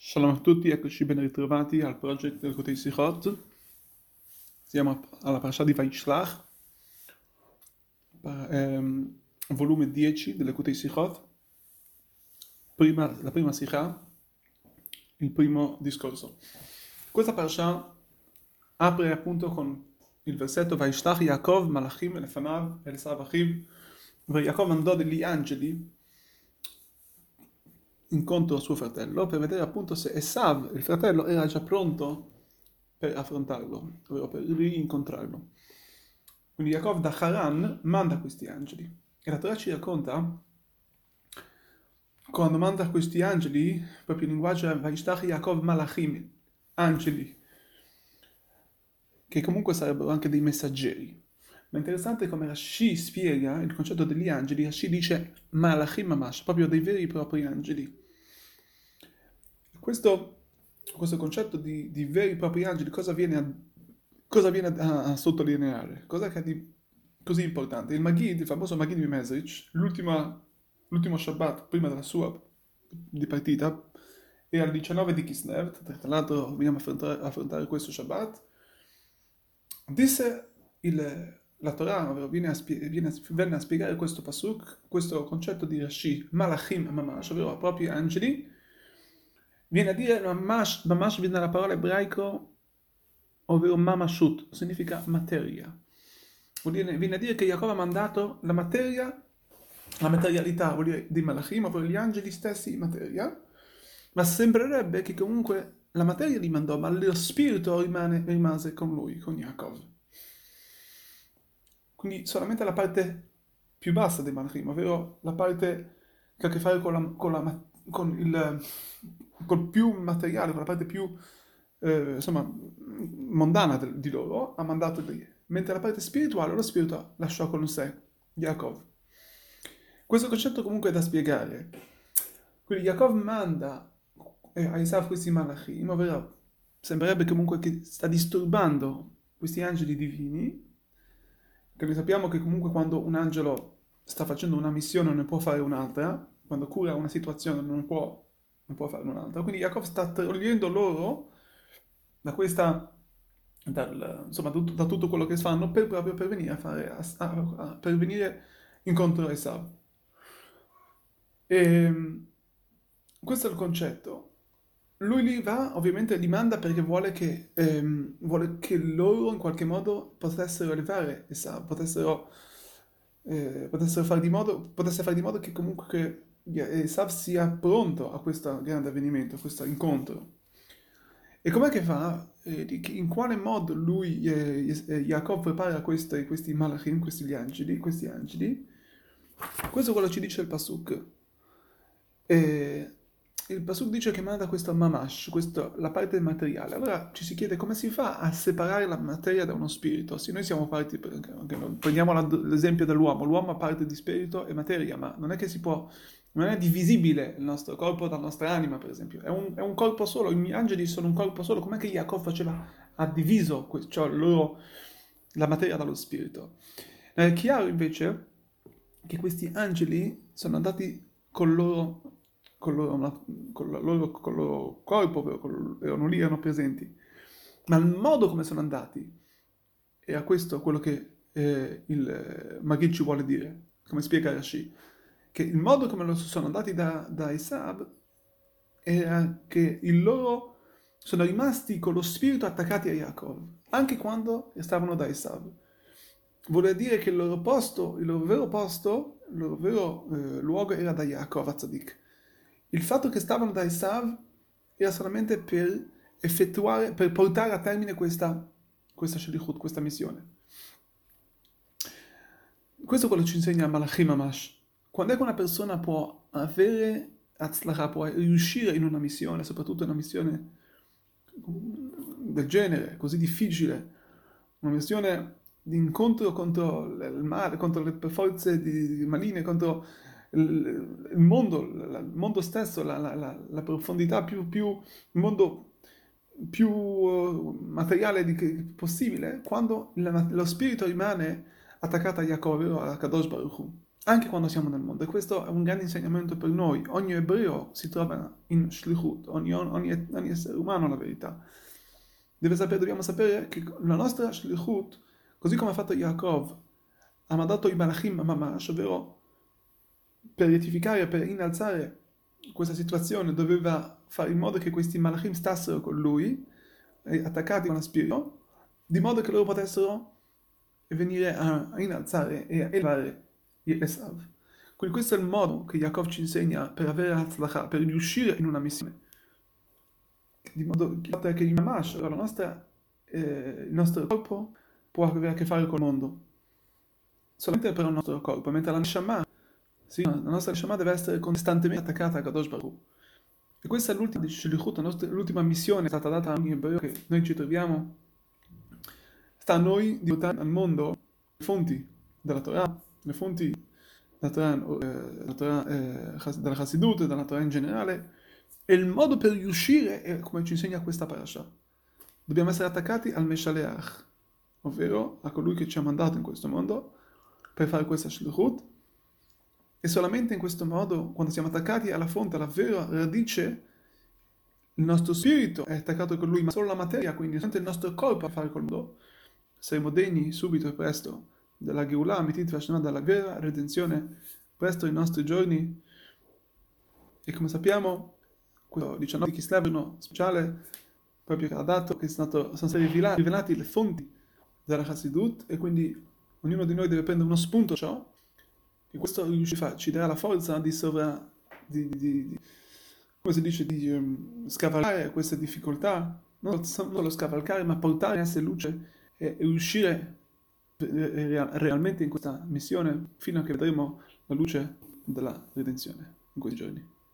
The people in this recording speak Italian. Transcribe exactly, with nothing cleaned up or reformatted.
Shalom a tutti, eccoci ben ritrovati al project del Kotei Sichot. Siamo alla parasha di Vaishlach, pa- ehm, volume dieci delle Kotei Sichot, prima, la prima Sikha, il primo discorso. Questa parasha apre appunto con il versetto Vaishlach Yaakov Malachim Elefanav Esav Achiv, dove Yaakov mandò degli angeli incontro a suo fratello per vedere appunto se Esav, il fratello, era già pronto per affrontarlo, ovvero per rincontrarlo. Quindi Yaakov da Haran manda questi angeli. E la Torah ci racconta, quando manda questi angeli, proprio in linguaggio Vaishtach Yaakov Malachim, angeli, che comunque sarebbero anche dei messaggeri. Ma è interessante come Rashi spiega il concetto degli angeli. Rashi dice Malachim Mamash, proprio dei veri e propri angeli. Questo, questo concetto di, di veri e propri angeli, cosa viene a, cosa viene a, a sottolineare? Cos'è che è di così importante? Il Magid, il famoso Magid di Mesrich, l'ultima- l'ultimo Shabbat prima della sua di partita, era il diciannove di Kislev, tra l'altro dobbiamo affrontare, affrontare questo Shabbat, disse il, la Torah, ovvero viene a, spie- viene a- venne a spiegare questo pasuk, questo concetto di Rashi, Malachim Mamash, ovvero propri angeli. Viene a dire mamash, mamash viene dalla parola ebraico, ovvero mamashut, significa materia. Vuol dire- viene a dire che Giacobbe ha mandato la materia, la materialità, vuol dire di Malachim, ovvero gli angeli stessi in materia, ma sembrerebbe che comunque la materia li mandò, ma lo spirito rimane- rimase con lui, con Giacobbe. Quindi solamente la parte più bassa dei Malachim, ovvero la parte che ha a che fare con, la, con, la ma- con il col più materiale, con la parte più eh, insomma mondana del- di loro, ha mandato lì. Mentre la parte spirituale, lo spirito lasciò con sé, Yaakov. Questo concetto comunque è da spiegare. Quindi Yaakov manda eh, a Esav questi malachim, ovvero sembrerebbe comunque che sta disturbando questi angeli divini, che noi sappiamo che comunque quando un angelo sta facendo una missione non ne può fare un'altra, quando cura una situazione non può, non può fare un'altra. Quindi Jacob sta togliendo loro da questa, dal- insomma, da tutto, da tutto quello che fanno per, proprio per venire a fare, a- a- a- per venire incontro a Esau. E questo è il concetto. Lui lì va, ovviamente li manda perché vuole che, ehm, vuole che loro in qualche modo potessero elevare Esau, potessero, eh, potessero fare di modo, potesse fare di modo che comunque che Esau sia pronto a questo grande avvenimento, a questo incontro. E com'è che fa? Eh, di- in quale modo lui, eh, eh, Jacob prepara questi, questi malachim, questi gli angeli, questi angeli? Questo è quello che ci dice il Pasuk. E il Pasuk dice che manda questo mamash, questo, la parte materiale. Allora ci si chiede come si fa a separare la materia da uno spirito. Se noi siamo parti, prendiamo la- l'esempio dell'uomo, l'uomo ha parte di spirito e materia, ma non è che si può, non è divisibile il nostro corpo dalla nostra anima, per esempio. È un, è un corpo solo, gli angeli sono un corpo solo. Com'è che Jacob faceva, ha diviso que- cioè loro, la materia dallo spirito? È chiaro invece che questi angeli sono andati col loro, col loro, col loro, col loro corpo, però col- erano lì, erano presenti. Ma il modo come sono andati, e a questo quello che eh, il eh, Magid ci vuole dire, come spiega Rashi, che il modo come lo sono andati da, da Esab era che il loro sono rimasti con lo spirito attaccati a Yaakov, anche quando stavano da Esab. Vuol dire che il loro posto, il loro vero posto, il loro vero eh, luogo era da Yaakov a Tzadik. Il fatto che stavano da Esav era solamente per effettuare, per portare a termine questa, questa shlichut, questa missione. Questo è quello che ci insegna Malachim Mamash. Quando è che una persona può avere Atzlacha, può riuscire in una missione, soprattutto in una missione del genere, così difficile, una missione di incontro contro il male, contro le forze di, di maligne, contro il, il mondo, la- il mondo stesso, la, la- la- la profondità più, più, il mondo più eh, materiale di che- possibile, quando la- lo spirito rimane attaccato a Yaakov, a Kadosh Baruch Hu. anche quando siamo nel mondo. E questo è un grande insegnamento per noi. Ogni ebreo si trova in shlichut, ogni, ogni, ogni essere umano, la verità. Deve sapere, dobbiamo sapere che la nostra shlichut, così come ha fatto Yaakov, ha mandato i malachim mamash, ovvero per rettificare, per innalzare questa situazione, doveva fare in modo che questi malachim stassero con lui, attaccati con lo spirito, di modo che loro potessero venire a, a innalzare e a elevare Esav. Quindi questo è il modo che Yaakov ci insegna per avere Hatzlacha, per riuscire in una missione. Di modo che il Mamash, la nostra, eh, il nostro corpo, può avere a che fare col mondo. Solamente per il nostro corpo, mentre la Neshama, sì, la nostra Neshama deve essere costantemente attaccata a Kadosh Baruch Hu. E questa è l'ultima Shlichut, l'ultima missione stata data a ogni ebreo che noi ci troviamo. Sta a noi di portare al mondo le fonti della Torah, le fonti della Torah, eh, della, Torah eh, della Chassidut, della Torah in generale, e il modo per riuscire è come ci insegna questa parasha. Dobbiamo essere attaccati al Meshaleach, ovvero a colui che ci ha mandato in questo mondo per fare questa shlichut, e solamente in questo modo, quando siamo attaccati alla fonte, alla vera radice, il nostro spirito è attaccato con lui, ma solo la materia, quindi solamente il nostro corpo a fare col mondo, saremo degni subito e presto della Geulah Amitit Vashema, della vera redenzione presto nei nostri giorni. E come sappiamo, questo diciannove di Kislev è uno speciale proprio che ha dato che sono, stato, sono state rivelati, rivelati le fonti della Chassidut, e quindi ognuno di noi deve prendere uno spunto ciò, e questo ci darà la forza di sovra di, di, di, come si dice, di um, scavalcare queste difficoltà, non solo scavalcare, ma portare a essere luce e, e uscire realmente in questa missione fino a che vedremo la luce della redenzione in questi giorni.